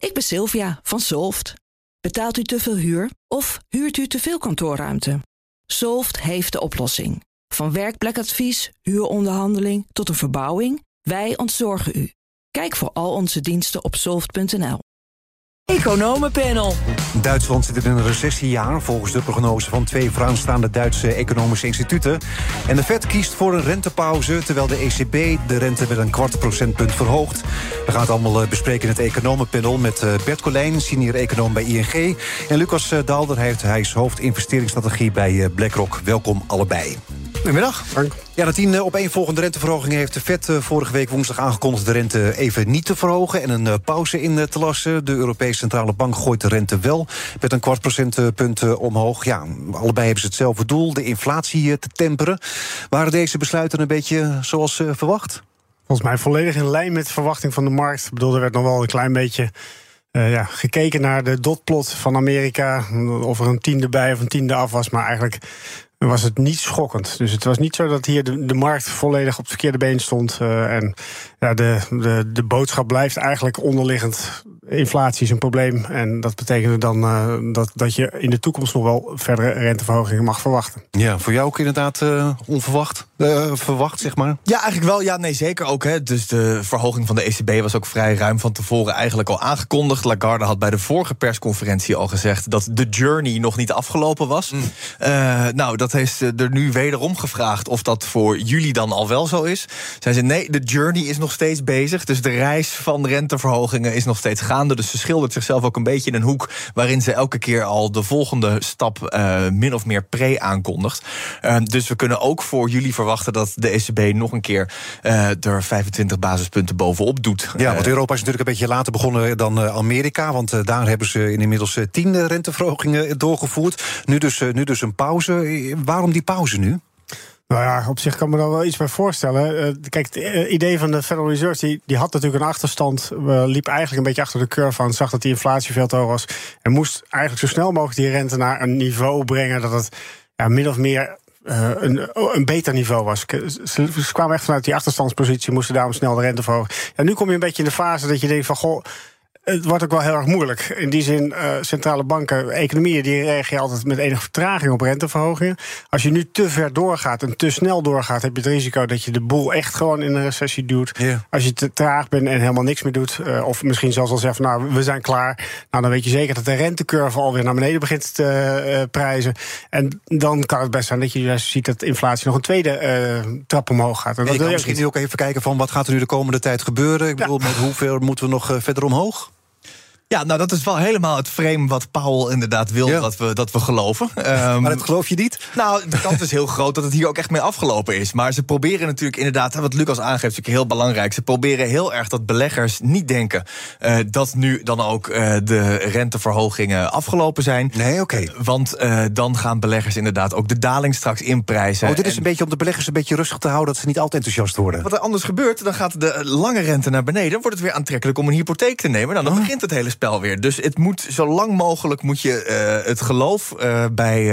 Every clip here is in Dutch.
Ik ben Sylvia van Solft. Betaalt u te veel huur of huurt u te veel kantoorruimte? Solft heeft de oplossing. Van werkplekadvies, huuronderhandeling tot een verbouwing, wij ontzorgen u. Kijk voor al onze diensten op soft.nl. Economenpanel. Duitsland zit in een recessiejaar, volgens de prognose van 2 vooraanstaande Duitse economische instituten. En de Fed kiest voor een rentepauze, terwijl de ECB de rente met een 0,25 procentpunt verhoogt. We gaan het allemaal bespreken in het Economenpanel met Bert Colijn, senior econoom bij ING. En Lucas Daalder, hij is hoofdinvesteringsstrategie bij BlackRock. Welkom allebei. Goedemiddag, Frank. Ja, na 10 opeenvolgende renteverhogingen heeft de Fed vorige week woensdag aangekondigd de rente even niet te verhogen en een pauze in te lassen. De Europese Centrale Bank gooit de rente wel met een 0,25 procentpunt omhoog. Ja, allebei hebben ze hetzelfde doel, de inflatie te temperen. Waren deze besluiten een beetje zoals verwacht? Volgens mij volledig in lijn met de verwachting van de markt. Ik bedoel, er werd nog wel een klein beetje gekeken naar de dotplot van Amerika. Of er een tiende bij of een tiende af was, maar eigenlijk was het niet schokkend. Dus het was niet zo dat hier de markt volledig op het verkeerde been stond. En ja, de boodschap blijft eigenlijk onderliggend. Inflatie is een probleem. En dat betekent dan dat je in de toekomst nog wel verdere renteverhogingen mag verwachten. Ja, voor jou ook inderdaad onverwacht? Verwacht, zeg maar? Ja, eigenlijk wel. Ja, nee, zeker ook. Hè. Dus de verhoging van de ECB was ook vrij ruim van tevoren eigenlijk al aangekondigd. Lagarde had bij de vorige persconferentie al gezegd dat de journey nog niet afgelopen was. Nou, dat heeft er nu wederom gevraagd of dat voor jullie dan al wel zo is. Zij zei nee, de journey is nog steeds bezig. Dus de reis van renteverhogingen is nog steeds gaande. Dus ze schildert zichzelf ook een beetje in een hoek waarin ze elke keer al de volgende stap min of meer pre-aankondigt. Dus we kunnen ook voor jullie verwachten dat de ECB nog een keer er 25 basispunten bovenop doet. Ja, want Europa is natuurlijk een beetje later begonnen dan Amerika. Want daar hebben ze inmiddels 10 renteverhogingen doorgevoerd. Nu dus een pauze. Waarom die pauze nu? Nou ja, op zich kan me daar wel iets bij voorstellen. Kijk, het idee van de Federal Reserve die had natuurlijk een achterstand. Liep eigenlijk een beetje achter de curve aan. Zag dat die inflatie veel te hoog was. En moest eigenlijk zo snel mogelijk die rente naar een niveau brengen dat het min of meer een beter niveau was. Ze kwamen echt vanuit die achterstandspositie, moesten daarom snel de rente verhogen. Ja, nu kom je een beetje in de fase dat je denkt van goh, het wordt ook wel heel erg moeilijk. In die zin, centrale banken, economieën, die reageren altijd met enige vertraging op renteverhogingen. Als je nu te ver doorgaat en te snel doorgaat, heb je het risico dat je de boel echt gewoon in een recessie duwt. Yeah. Als je te traag bent en helemaal niks meer doet, of misschien zelfs al zegt van nou, we zijn klaar. Nou, dan weet je zeker dat de rentecurve alweer naar beneden begint te prijzen. En dan kan het best zijn dat je juist ziet dat inflatie nog een tweede trap omhoog gaat. En dat wil je misschien ook even kijken van wat gaat er nu de komende tijd gebeuren. Ik bedoel, met hoeveel moeten we nog verder omhoog? Ja, nou dat is wel helemaal het frame wat Powell inderdaad wil dat we geloven. Maar dat geloof je niet? Nou, de kans is heel groot dat het hier ook echt mee afgelopen is. Maar ze proberen natuurlijk inderdaad, wat Lucas aangeeft, is natuurlijk heel belangrijk. Ze proberen heel erg dat beleggers niet denken dat nu dan ook de renteverhogingen afgelopen zijn. Nee, oké. Want dan gaan beleggers inderdaad ook de daling straks inprijzen. Dit is een beetje om de beleggers een beetje rustig te houden, dat ze niet al te enthousiast worden. Wat er anders gebeurt, dan gaat de lange rente naar beneden. Dan wordt het weer aantrekkelijk om een hypotheek te nemen. Nou, dan begint het hele spel weer. Dus het moet zo lang mogelijk het geloof bij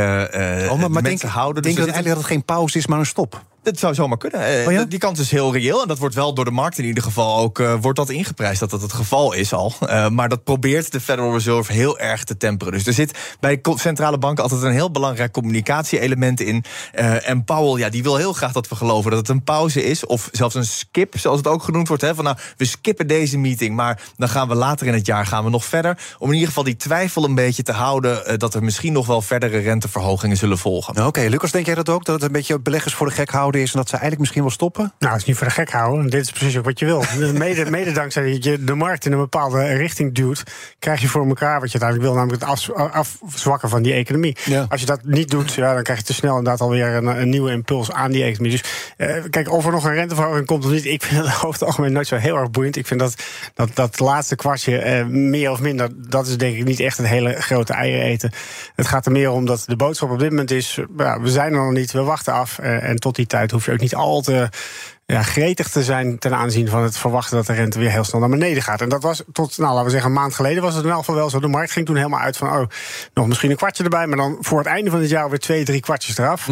mensen houden. Denk je eigenlijk dat het geen pauze is, maar een stop? Dat zou zomaar kunnen. Die kans is heel reëel. En dat wordt wel door de markt in ieder geval ook wordt dat ingeprijsd dat het geval is al. Maar dat probeert de Federal Reserve heel erg te temperen. Dus er zit bij centrale banken altijd een heel belangrijk communicatie-element in. En Powell, die wil heel graag dat we geloven dat het een pauze is. Of zelfs een skip, zoals het ook genoemd wordt. Van nou, we skippen deze meeting, maar dan gaan we later in het jaar nog verder. Om in ieder geval die twijfel een beetje te houden dat er misschien nog wel verdere renteverhogingen zullen volgen. Oké, Lucas, denk jij dat ook? Dat het een beetje beleggers voor de gek houden is en dat ze eigenlijk misschien wel stoppen? Nou, het is niet voor de gek houden. Dit is precies ook wat je wil. Mede dankzij dat je de markt in een bepaalde richting duwt, krijg je voor elkaar wat je uiteindelijk wil, namelijk het afzwakken van die economie. Ja. Als je dat niet doet, dan krijg je te snel inderdaad alweer een nieuwe impuls aan die economie. Dus kijk, of er nog een renteverhoging komt of niet, ik vind het over het algemeen nooit zo heel erg boeiend. Ik vind dat laatste kwartje, meer of minder, dat is denk ik niet echt een hele grote eieren eten. Het gaat er meer om dat de boodschap op dit moment is, we zijn er nog niet, we wachten af. En tot die tijd hoef je ook niet al te gretig te zijn ten aanzien van het verwachten dat de rente weer heel snel naar beneden gaat. En dat was tot, laten we zeggen, een maand geleden was het in elk geval wel zo. De markt ging toen helemaal uit van, nog misschien een kwartje erbij, maar dan voor het einde van het jaar weer 2-3 kwartjes eraf.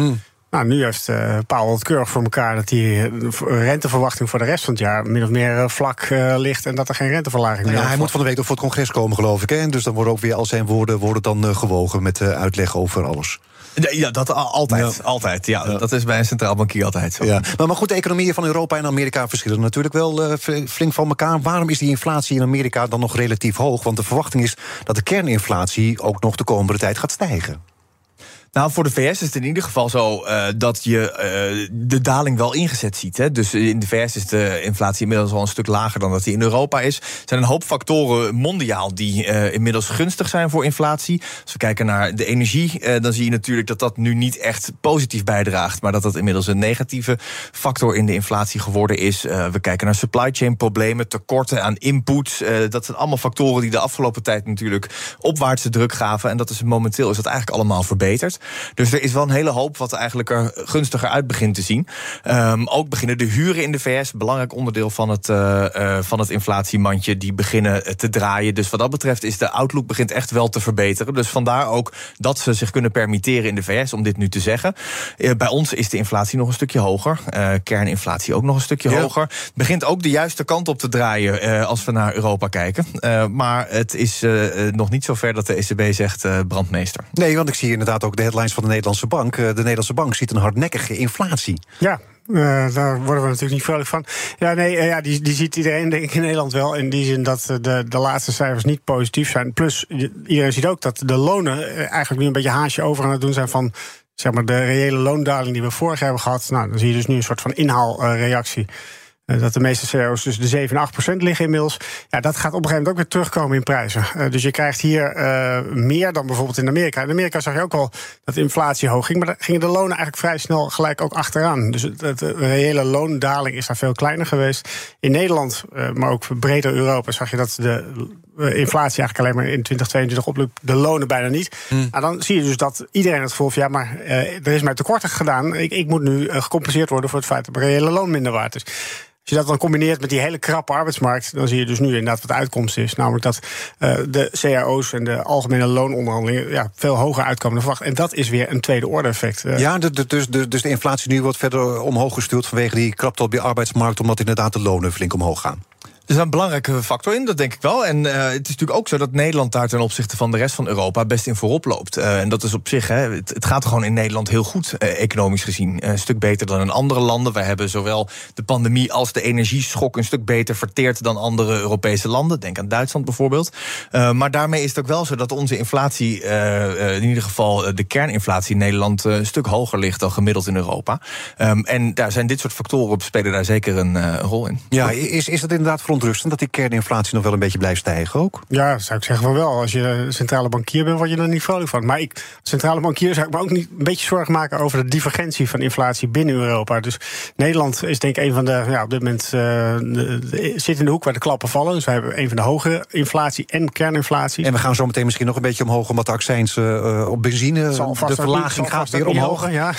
Nou, nu heeft Powell het keurig voor elkaar dat die renteverwachting voor de rest van het jaar min of meer vlak ligt en dat er geen renteverlaging meer is. Hij moet van de week nog voor het congres komen, geloof ik. Hè? Dus dan worden ook weer al zijn woorden worden dan gewogen met uitleg over alles. Ja, dat altijd. Ja. Dat is bij een centraal bankier altijd zo. Ja. Maar goed, de economieën van Europa en Amerika verschillen natuurlijk wel flink van elkaar. Waarom is die inflatie in Amerika dan nog relatief hoog? Want de verwachting is dat de kerninflatie ook nog de komende tijd gaat stijgen. Nou, voor de VS is het in ieder geval zo dat je de daling wel ingezet ziet. Hè. Dus in de VS is de inflatie inmiddels al een stuk lager dan dat die in Europa is. Er zijn een hoop factoren mondiaal die inmiddels gunstig zijn voor inflatie. Als we kijken naar de energie, dan zie je natuurlijk dat dat nu niet echt positief bijdraagt, maar dat dat inmiddels een negatieve factor in de inflatie geworden is. We kijken naar supply chain problemen, tekorten aan inputs. Dat zijn allemaal factoren die de afgelopen tijd natuurlijk opwaartse druk gaven. En dat is momenteel is dat eigenlijk allemaal verbeterd. Dus er is wel een hele hoop wat eigenlijk er gunstiger uit begint te zien. Ook beginnen de huren in de VS, belangrijk onderdeel van het inflatiemandje, die beginnen te draaien. Dus wat dat betreft is de outlook begint echt wel te verbeteren. Dus vandaar ook dat ze zich kunnen permitteren in de VS om dit nu te zeggen. Bij ons is de inflatie nog een stukje hoger. Kerninflatie ook nog een stukje hoger. Begint ook de juiste kant op te draaien als we naar Europa kijken. Maar het is nog niet zo ver dat de ECB zegt brandmeester. Nee, want ik zie inderdaad ook de headlines van de Nederlandse Bank. De Nederlandse Bank ziet een hardnekkige inflatie. Ja. Daar worden we natuurlijk niet vrolijk van. Ja, nee, die ziet iedereen denk ik in Nederland wel. In die zin dat de laatste cijfers niet positief zijn. Plus, iedereen ziet ook dat de lonen eigenlijk nu een beetje haasje over aan het doen zijn van zeg maar de reële loondaling die we vorig jaar hebben gehad. Nou, dan zie je dus nu een soort van inhaalreactie. Dat de meeste CEO's dus de 7 en 8% liggen inmiddels. Ja, dat gaat op een gegeven moment ook weer terugkomen in prijzen. Dus je krijgt hier meer dan bijvoorbeeld in Amerika. In Amerika zag je ook al dat de inflatie hoog ging, maar daar gingen de lonen eigenlijk vrij snel gelijk ook achteraan. Dus de reële loondaling is daar veel kleiner geweest. In Nederland, maar ook breder Europa, zag je dat de inflatie eigenlijk alleen maar in 2022 opliep, de lonen bijna niet. Nou, dan zie je dus dat iedereen het gevoel van ja, maar er is mij tekorten gedaan. Ik moet nu gecompenseerd worden voor het feit dat mijn reële loon minder waard is. Als je dat dan combineert met die hele krappe arbeidsmarkt, dan zie je dus nu inderdaad wat de uitkomst is. Namelijk dat de cao's en de algemene loononderhandelingen veel hoger uitkomen dan verwacht. En dat is weer een tweede orde effect. Dus de inflatie nu wordt verder omhoog gestuurd vanwege die krapte op die arbeidsmarkt, omdat inderdaad de lonen flink omhoog gaan. Er is een belangrijke factor in, dat denk ik wel. En het is natuurlijk ook zo dat Nederland daar ten opzichte van de rest van Europa best in voorop loopt. En dat is op zich, het gaat gewoon in Nederland heel goed, economisch gezien. Een stuk beter dan in andere landen. Wij hebben zowel de pandemie als de energieschok een stuk beter verteerd dan andere Europese landen. Denk aan Duitsland bijvoorbeeld. Maar daarmee is het ook wel zo dat onze inflatie, in ieder geval de kerninflatie in Nederland, een stuk hoger ligt dan gemiddeld in Europa. En daar zijn dit soort factoren spelen daar zeker een rol in. Ja, is dat inderdaad verontrustend dat die kerninflatie nog wel een beetje blijft stijgen ook? Ja, zou ik zeggen van wel. Als je centrale bankier bent, word je er niet vrolijk van. Maar als centrale bankier zou ik me ook niet een beetje zorgen maken over de divergentie van inflatie binnen Europa. Dus Nederland is denk ik een van de, op dit moment zit in de hoek waar de klappen vallen. Dus we hebben een van de hoge inflatie en kerninflatie. En we gaan zo meteen misschien nog een beetje omhoog, omdat de accijns op benzine, de verlaging gaat weer omhoog. Ja.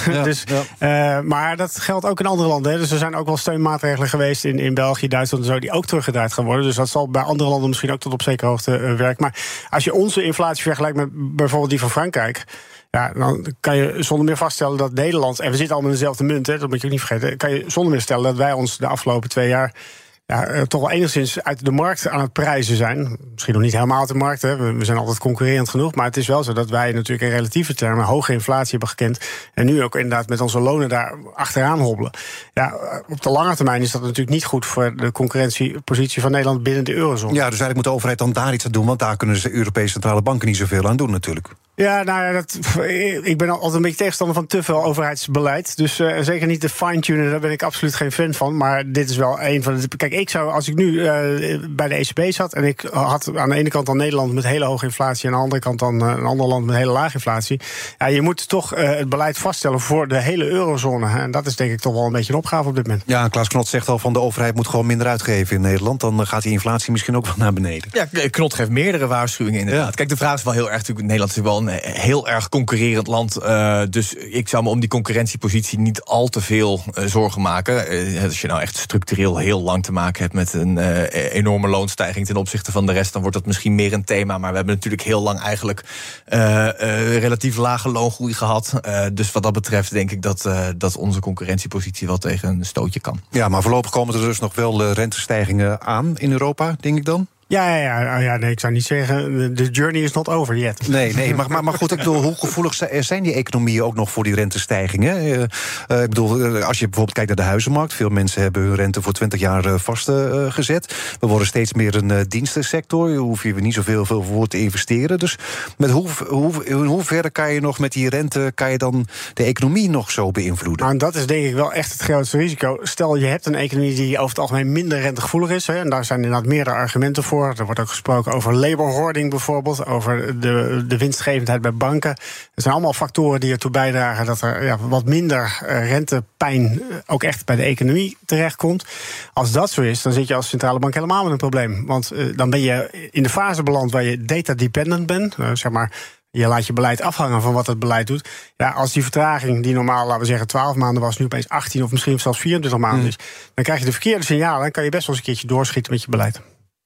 Maar dat geldt ook in andere landen. Hè. Dus er zijn ook wel steunmaatregelen geweest in België, Duitsland en zo, die ook teruggedraaid gaan worden. Dus dat zal bij andere landen misschien ook tot op zekere hoogte werken. Maar als je onze inflatie vergelijkt met bijvoorbeeld die van Frankrijk, ja, dan kan je zonder meer vaststellen dat Nederland, en we zitten allemaal in dezelfde munt, hè, dat moet je ook niet vergeten, kan je zonder meer stellen dat wij ons de afgelopen 2 jaar toch wel enigszins uit de markt aan het prijzen zijn. Misschien nog niet helemaal uit de markt, hè. We zijn altijd concurrerend genoeg. Maar het is wel zo dat wij natuurlijk in relatieve termen hoge inflatie hebben gekend. En nu ook inderdaad met onze lonen daar achteraan hobbelen. Ja, op de lange termijn is dat natuurlijk niet goed voor de concurrentiepositie van Nederland binnen de eurozone. Ja, dus eigenlijk moet de overheid dan daar iets aan doen, want daar kunnen de Europese centrale banken niet zoveel aan doen natuurlijk. Ja, ik ben altijd een beetje tegenstander van te veel overheidsbeleid. Dus zeker niet de fine-tunen, daar ben ik absoluut geen fan van. Maar dit is wel een van de... Kijk, als ik nu bij de ECB zat en ik had aan de ene kant dan Nederland met hele hoge inflatie en aan de andere kant dan een ander land met hele lage inflatie. Ja, je moet toch het beleid vaststellen voor de hele eurozone. Hè. En dat is denk ik toch wel een beetje een opgave op dit moment. Ja, Klaas Knot zegt al van de overheid moet gewoon minder uitgeven in Nederland. Dan gaat die inflatie misschien ook wel naar beneden. Ja, Knot geeft meerdere waarschuwingen inderdaad. Ja. Kijk, de vraag is wel heel erg natuurlijk, Nederland is wel heel erg concurrerend land. Dus ik zou me om die concurrentiepositie niet al te veel zorgen maken. Als je nou echt structureel heel lang te maken hebt met een enorme loonstijging ten opzichte van de rest, dan wordt dat misschien meer een thema. Maar we hebben natuurlijk heel lang eigenlijk relatief lage loongroei gehad. Dus wat dat betreft denk ik dat onze concurrentiepositie wel tegen een stootje kan. Ja, maar voorlopig komen er dus nog wel rentestijgingen aan in Europa, denk ik dan? Ja, nee, ik zou niet zeggen, de journey is not over yet. Nee, maar goed, ik bedoel, hoe gevoelig zijn die economieën ook nog voor die rentestijgingen? Ik bedoel, als je bijvoorbeeld kijkt naar de huizenmarkt, veel mensen hebben hun rente voor 20 jaar vastgezet. We worden steeds meer een dienstensector, je hoef je niet zoveel voor te investeren. Dus met in hoeverre kan je nog met die rente, kan je dan de economie nog zo beïnvloeden? Nou, dat is denk ik wel echt het grootste risico. Stel, je hebt een economie die over het algemeen minder rentegevoelig is, en daar zijn inderdaad meerdere argumenten voor. Er wordt ook gesproken over labor hoarding bijvoorbeeld, over de winstgevendheid bij banken. Er zijn allemaal factoren die ertoe bijdragen dat er wat minder rentepijn ook echt bij de economie terechtkomt. Als dat zo is, dan zit je als centrale bank helemaal met een probleem. Want dan ben je in de fase beland waar je data-dependent bent. Zeg maar, je laat je beleid afhangen van wat het beleid doet. Ja, als die vertraging, die normaal, laten we zeggen, 12 maanden was, nu opeens 18 of misschien zelfs 24 maanden is, dan krijg je de verkeerde signalen en kan je best wel eens een keertje doorschieten met je beleid.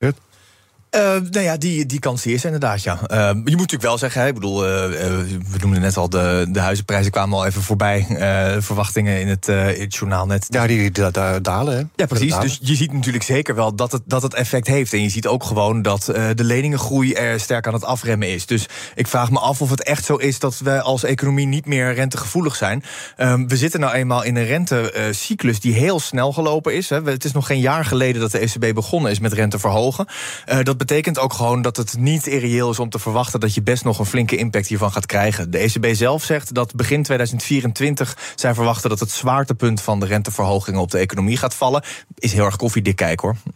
Die kans die is inderdaad, ja. Je moet natuurlijk wel zeggen, ik bedoel, we noemden net al, de huizenprijzen kwamen al even voorbij. Verwachtingen in het journaal net. Ja, die dalen, hè? Ja, precies. Dus je ziet natuurlijk zeker wel dat het effect heeft. En je ziet ook gewoon dat de leningengroei er sterk aan het afremmen is. Dus ik vraag me af of het echt zo is dat we als economie niet meer rentegevoelig zijn. We zitten nou eenmaal in een rentecyclus die heel snel gelopen is. Hè. Het is nog geen jaar geleden dat de ECB begonnen is met rente verhogen. Dat betekent ook gewoon dat het niet irreëel is om te verwachten dat je best nog een flinke impact hiervan gaat krijgen. De ECB zelf zegt dat begin 2024 zij verwachten dat het zwaartepunt van de renteverhogingen op de economie gaat vallen. Is heel erg koffiedik kijken, hoor.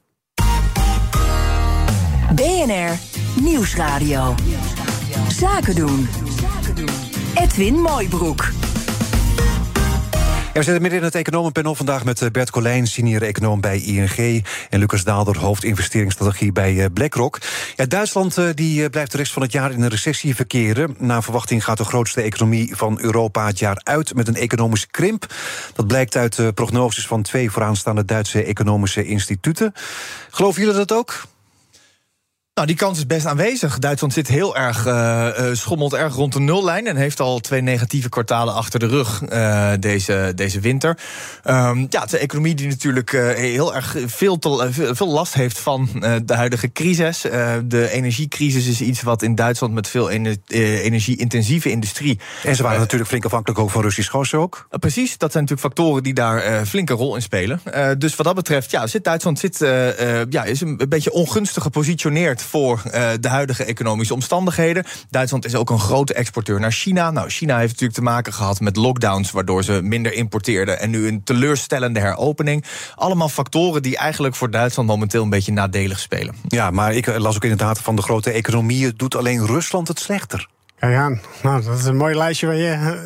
BNR Nieuwsradio. Zaken doen. Edwin Mooibroek. Ja, we zitten midden in het economenpanel vandaag met Bert Colijn, senior econoom bij ING, en Lucas Daalder, hoofdinvesteringsstrategie bij BlackRock. Ja, Duitsland die blijft de rest van het jaar in een recessie verkeren. Naar verwachting gaat de grootste economie van Europa het jaar uit met een economische krimp. Dat blijkt uit prognoses van 2 vooraanstaande Duitse economische instituten. Geloven jullie dat ook? Nou, die kans is best aanwezig. Duitsland zit heel erg, schommelt erg rond de nullijn en heeft al 2 negatieve kwartalen achter de rug deze winter. Het is een economie die natuurlijk heel erg veel last heeft van de huidige crisis. De energiecrisis is iets wat in Duitsland met veel energie-intensieve industrie. En ze waren natuurlijk flink afhankelijk ook van Russisch gas ook. Precies, dat zijn natuurlijk factoren die daar flinke rol in spelen. Dus wat dat betreft, zit Duitsland is een beetje ongunstig gepositioneerd voor de huidige economische omstandigheden. Duitsland is ook een grote exporteur naar China. Nou, China heeft natuurlijk te maken gehad met lockdowns, waardoor ze minder importeerden en nu een teleurstellende heropening. Allemaal factoren die eigenlijk voor Duitsland momenteel een beetje nadelig spelen. Ja, maar ik las ook inderdaad van de grote economieën doet alleen Rusland het slechter. Ja, nou, dat is een mooi lijstje waar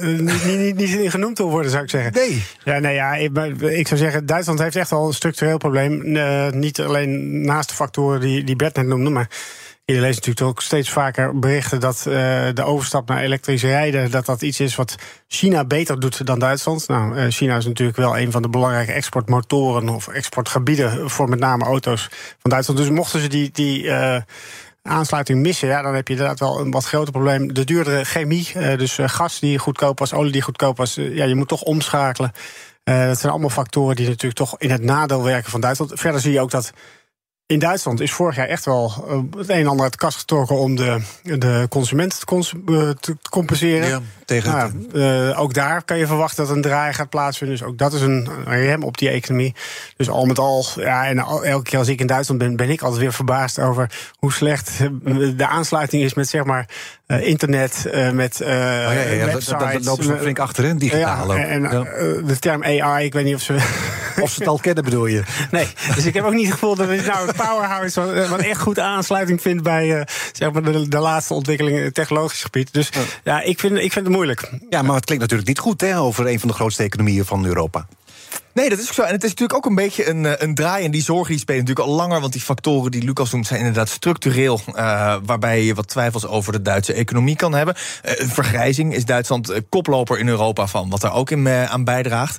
je niet in genoemd wil worden, zou ik zeggen. Nee. Ik zou zeggen, Duitsland heeft echt wel een structureel probleem. Niet alleen naast de factoren die Bert net noemde, maar je leest natuurlijk ook steeds vaker berichten dat de overstap naar elektrisch rijden, dat iets is wat China beter doet dan Duitsland. Nou, China is natuurlijk wel een van de belangrijke exportmotoren of exportgebieden voor met name auto's van Duitsland. Dus mochten ze die aansluiting missen, dan heb je inderdaad wel een wat groter probleem. De duurdere chemie, dus gas die goedkoop was, olie die goedkoop was, je moet toch omschakelen. Dat zijn allemaal factoren die natuurlijk toch in het nadeel werken van Duitsland. Verder zie je ook dat in Duitsland is vorig jaar echt wel het een en ander uit de kast getrokken om de consument te compenseren. Ja, tegen ook daar kan je verwachten dat een draai gaat plaatsvinden. Dus ook dat is een rem op die economie. Dus al met al, en elke keer als ik in Duitsland ben ik altijd weer verbaasd over hoe slecht de aansluiting is met zeg maar internet, met websites. Dat lopen ze flink achter, hè, digitaal. De term AI, ik weet niet of ze het al kennen, bedoel je? Nee, dus ik heb ook niet het gevoel dat we nou het powerhouse wat echt goed aansluiting vindt bij zeg maar de laatste ontwikkelingen in het technologisch gebied. Dus ik vind het moeilijk. Ja, maar het klinkt natuurlijk niet goed, hè, over een van de grootste economieën van Europa. Nee, dat is ook zo. En het is natuurlijk ook een beetje een draai. En die zorgen die spelen natuurlijk al langer. Want die factoren die Lucas noemt zijn inderdaad structureel. Waarbij je wat twijfels over de Duitse economie kan hebben. Vergrijzing is Duitsland koploper in Europa van. Wat daar ook aan bijdraagt.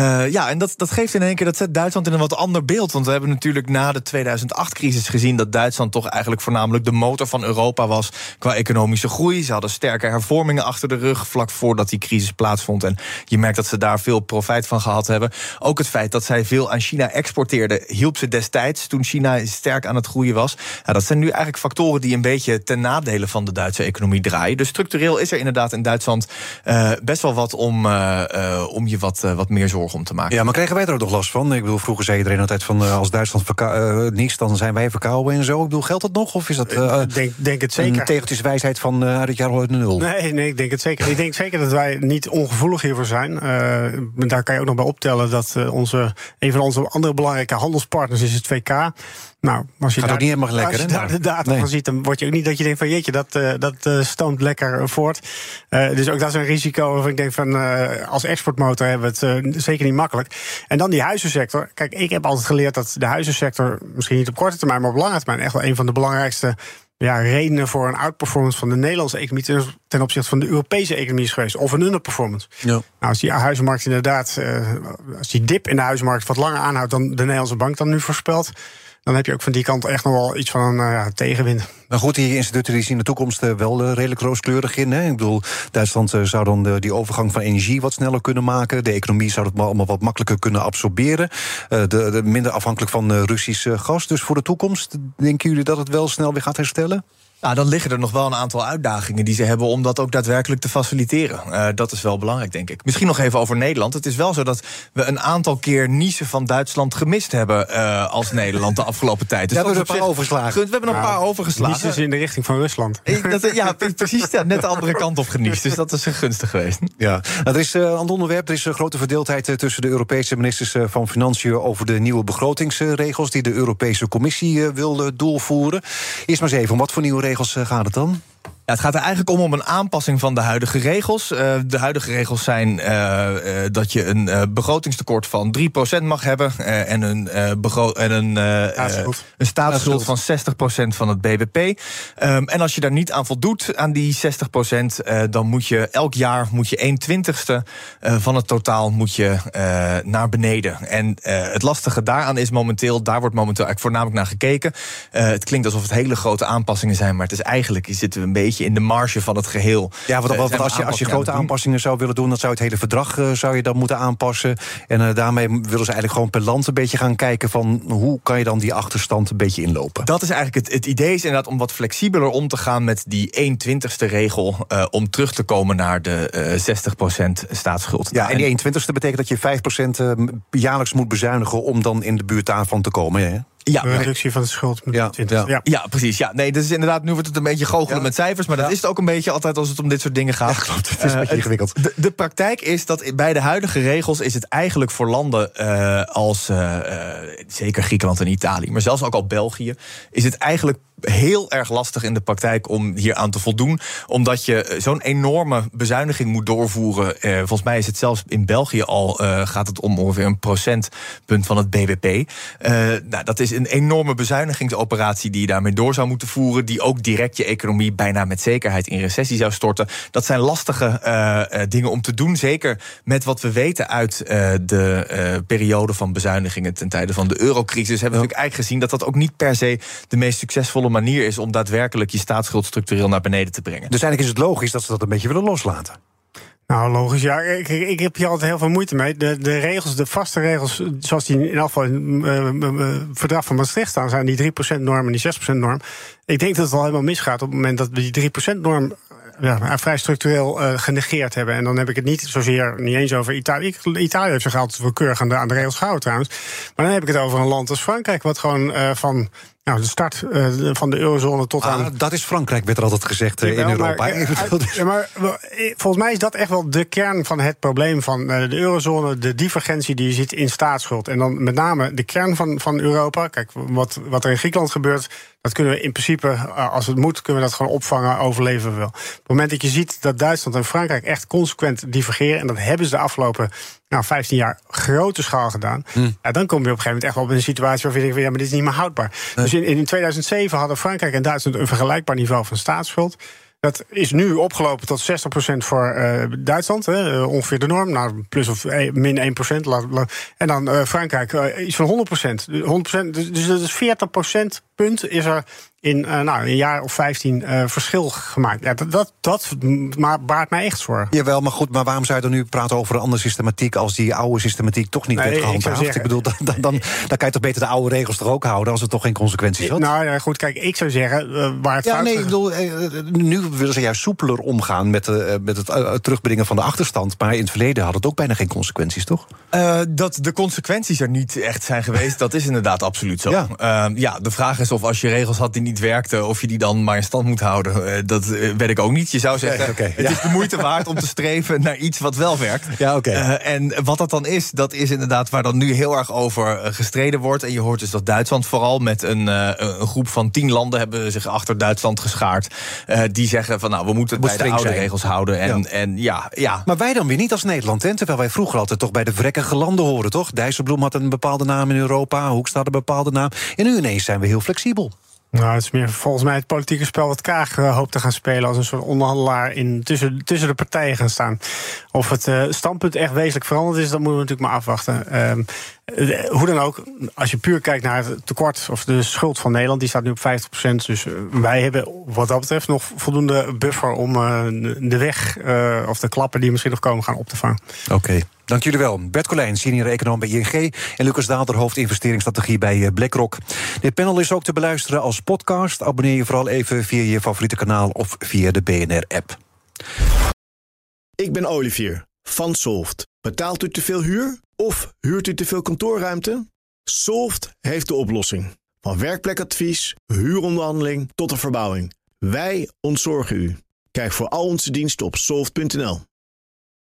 En dat geeft in één keer, dat zet Duitsland in een wat ander beeld. Want we hebben natuurlijk na de 2008-crisis gezien dat Duitsland toch eigenlijk voornamelijk de motor van Europa was qua economische groei. Ze hadden sterke hervormingen achter de rug vlak voordat die crisis plaatsvond. En je merkt dat ze daar veel profijt van gehad hebben. Ook het feit dat zij veel aan China exporteerden hielp ze destijds toen China sterk aan het groeien was. Dat zijn nu eigenlijk factoren die een beetje ten nadele van de Duitse economie draaien. Dus structureel is er inderdaad in Duitsland best wel wat om je wat meer zorgen om te maken. Ja, maar krijgen wij er ook nog last van? Ik bedoel, vroeger zei iedereen altijd van als Duitsland niest, dan zijn wij verkouden en zo. Ik bedoel, geldt dat nog? Of is dat denk het zeker. Een tegeltjeswijsheid van uit het jaar 100? Nee, ik denk het zeker. Ik denk zeker dat wij niet ongevoelig hiervoor zijn. Daar kan je ook nog bij optellen dat een van onze andere belangrijke handelspartners is het VK. Nou, als je daar de data van ziet, dan word je ook niet dat je denkt van jeetje, dat stoomt lekker voort. Dus ook dat is een risico waarvan ik denk van als exportmotor hebben we het zeker niet makkelijk. En dan die huizensector. Kijk, ik heb altijd geleerd dat de huizensector, misschien niet op korte termijn, maar op lange termijn echt wel een van de belangrijkste redenen voor een outperformance van de Nederlandse economie ten opzichte van de Europese economie is geweest. Of een underperformance. Ja. Nou, als die huizenmarkt inderdaad, als die dip in de huizenmarkt wat langer aanhoudt dan de Nederlandse bank dan nu voorspelt, dan heb je ook van die kant echt nog wel iets van een tegenwind. Maar goed, die instituten die zien de toekomst wel redelijk rooskleurig in. Hè? Ik bedoel, Duitsland zou dan die overgang van energie wat sneller kunnen maken. De economie zou het allemaal wat makkelijker kunnen absorberen. Minder afhankelijk van Russisch gas. Dus voor de toekomst, denken jullie dat het wel snel weer gaat herstellen? Nou, dan liggen er nog wel een aantal uitdagingen die ze hebben om dat ook daadwerkelijk te faciliteren. Dat is wel belangrijk, denk ik. Misschien nog even over Nederland. Het is wel zo dat we een aantal keer niezen van Duitsland gemist hebben als Nederland de afgelopen tijd. Dus we hebben er een paar overgeslagen. We hebben er een paar overgeslagen. Niezen is in de richting van Rusland. Precies, net de andere kant op geniest. Dus dat is gunstig geweest. Ja. Nou, er is een ander onderwerp. Er is een grote verdeeldheid tussen de Europese ministers van Financiën over de nieuwe begrotingsregels die de Europese Commissie wil doorvoeren. Eerst maar eens even, om wat voor nieuwe regels gaat het dan? Ja, het gaat er eigenlijk om een aanpassing van de huidige regels. De huidige regels zijn dat je een begrotingstekort van 3% mag hebben en een staatsschuld van 60% van het BBP. En als je daar niet aan voldoet, aan die 60%, dan moet je elk jaar 1/20 van het totaal naar beneden. En het lastige daaraan is momenteel, daar wordt momenteel eigenlijk voornamelijk naar gekeken. Het klinkt alsof het hele grote aanpassingen zijn, maar het is eigenlijk, zitten we een beetje in de marge van het geheel. Ja, want als je grote aanpassingen zou willen doen, dan zou het hele verdrag zou je dan moeten aanpassen. En daarmee willen ze eigenlijk gewoon per land een beetje gaan kijken van hoe kan je dan die achterstand een beetje inlopen. Dat is eigenlijk het idee is inderdaad om wat flexibeler om te gaan met die 1/20 regel om terug te komen naar de 60% staatsschuld. Ja, en die 1/20 betekent dat je 5% jaarlijks moet bezuinigen om dan in de buurt daarvan te komen, hè? Ja, reductie van de schuld met 20. Ja, precies. Ja, nee, dus inderdaad, nu wordt het een beetje goochelen met cijfers, maar dat is het ook een beetje altijd als het om dit soort dingen gaat. Ja, klopt. Het is een beetje ingewikkeld. De praktijk is dat bij de huidige regels is het eigenlijk voor landen als zeker Griekenland en Italië, maar zelfs ook al België, is het eigenlijk heel erg lastig in de praktijk om hier aan te voldoen, omdat je zo'n enorme bezuiniging moet doorvoeren. Volgens mij is het zelfs in België al gaat het om ongeveer 1 procentpunt van het BBP. Dat is een enorme bezuinigingsoperatie die je daarmee door zou moeten voeren, die ook direct je economie bijna met zekerheid in recessie zou storten. Dat zijn lastige dingen om te doen, zeker met wat we weten uit de periode van bezuinigingen ten tijde van de eurocrisis. Hebben we natuurlijk eigenlijk gezien dat dat ook niet per se de meest succesvolle manier is om daadwerkelijk je staatsschuld structureel naar beneden te brengen. Dus eigenlijk is het logisch dat ze dat een beetje willen loslaten. Nou, logisch. Ja, ik heb hier altijd heel veel moeite mee. De regels, de vaste regels, zoals die in elk geval in het verdrag van Maastricht staan, zijn die 3%-norm en die 6%-norm. Ik denk dat het al helemaal misgaat op het moment dat we die 3%-norm vrij structureel genegeerd hebben. En dan heb ik het niet eens over Italië. Italië heeft zich altijd keurig aan de regels gehouden trouwens. Maar dan heb ik het over een land als Frankrijk, wat gewoon van de start van de eurozone tot aan. Dat is Frankrijk, werd er altijd gezegd in Europa. Maar volgens mij is dat echt wel de kern van het probleem van de eurozone, de divergentie die je ziet in staatsschuld. En dan met name de kern van Europa. Kijk, wat er in Griekenland gebeurt, dat kunnen we in principe, als het moet, kunnen we dat gewoon opvangen, overleven we wel. Op het moment dat je ziet dat Duitsland en Frankrijk echt consequent divergeren, en dat hebben ze de afgelopen 15 jaar grote schaal gedaan. Ja, dan kom je op een gegeven moment echt wel op een situatie waarvan je denkt, ja, maar dit is niet meer houdbaar. Dus in 2007 hadden Frankrijk en Duitsland een vergelijkbaar niveau van staatsschuld. Dat is nu opgelopen tot 60% voor Duitsland, ongeveer de norm. Nou, plus of min 1%. En dan Frankrijk iets van 100%. 100%, dus dat is 40% punt is er in een jaar of 15 verschil gemaakt. Ja, dat baart mij echt zorgen. Jawel, maar goed, maar waarom zou je dan nu praten over een andere systematiek als die oude systematiek toch niet werd gehandhaafd? Ik bedoel, dan kan je toch beter de oude regels toch ook houden als het toch geen consequenties had? Nou ja, goed, kijk, ik zou zeggen waar het fout ik bedoel, nu willen ze juist soepeler omgaan met het terugbrengen van de achterstand, maar in het verleden had het ook bijna geen consequenties, toch? Dat de consequenties er niet echt zijn geweest, dat is inderdaad absoluut zo. Ja. De vraag is of als je regels had die niet werkten, of je die dan maar in stand moet houden. Dat weet ik ook niet. Je zou zeggen, het is de moeite waard om te streven naar iets wat wel werkt. Ja, en wat dat dan is, dat is inderdaad waar dan nu heel erg over gestreden wordt. En je hoort dus dat Duitsland vooral met een groep van 10 landen hebben zich achter Duitsland geschaard. Die zeggen van, nou, we moeten het bij de oude regels houden. Ja. Maar wij dan weer niet als Nederland, hè? Terwijl wij vroeger altijd toch bij de vrekkige landen horen, toch? Dijsselbloem had een bepaalde naam in Europa, Hoekstra had een bepaalde naam. En nu ineens zijn we heel flexibel. Nou, het is meer volgens mij het politieke spel wat Kaag hoopt te gaan spelen als een soort onderhandelaar tussen de partijen gaan staan. Of het standpunt echt wezenlijk veranderd is, dat moeten we natuurlijk maar afwachten. Hoe dan ook, als je puur kijkt naar het tekort of de schuld van Nederland, die staat nu op 50%. Dus wij hebben wat dat betreft nog voldoende buffer om de weg of de klappen die misschien nog komen gaan op te vangen. Oké. Dank jullie wel. Bert Colijn, senior econoom bij ING... en Lucas Daalder, hoofd investeringsstrategie bij BlackRock. Dit panel is ook te beluisteren als podcast. Abonneer je vooral even via je favoriete kanaal of via de BNR-app. Ik ben Olivier van Solft. Betaalt u te veel huur of huurt u te veel kantoorruimte? Solft heeft de oplossing. Van werkplekadvies, huuronderhandeling tot de verbouwing. Wij ontzorgen u. Kijk voor al onze diensten op soft.nl.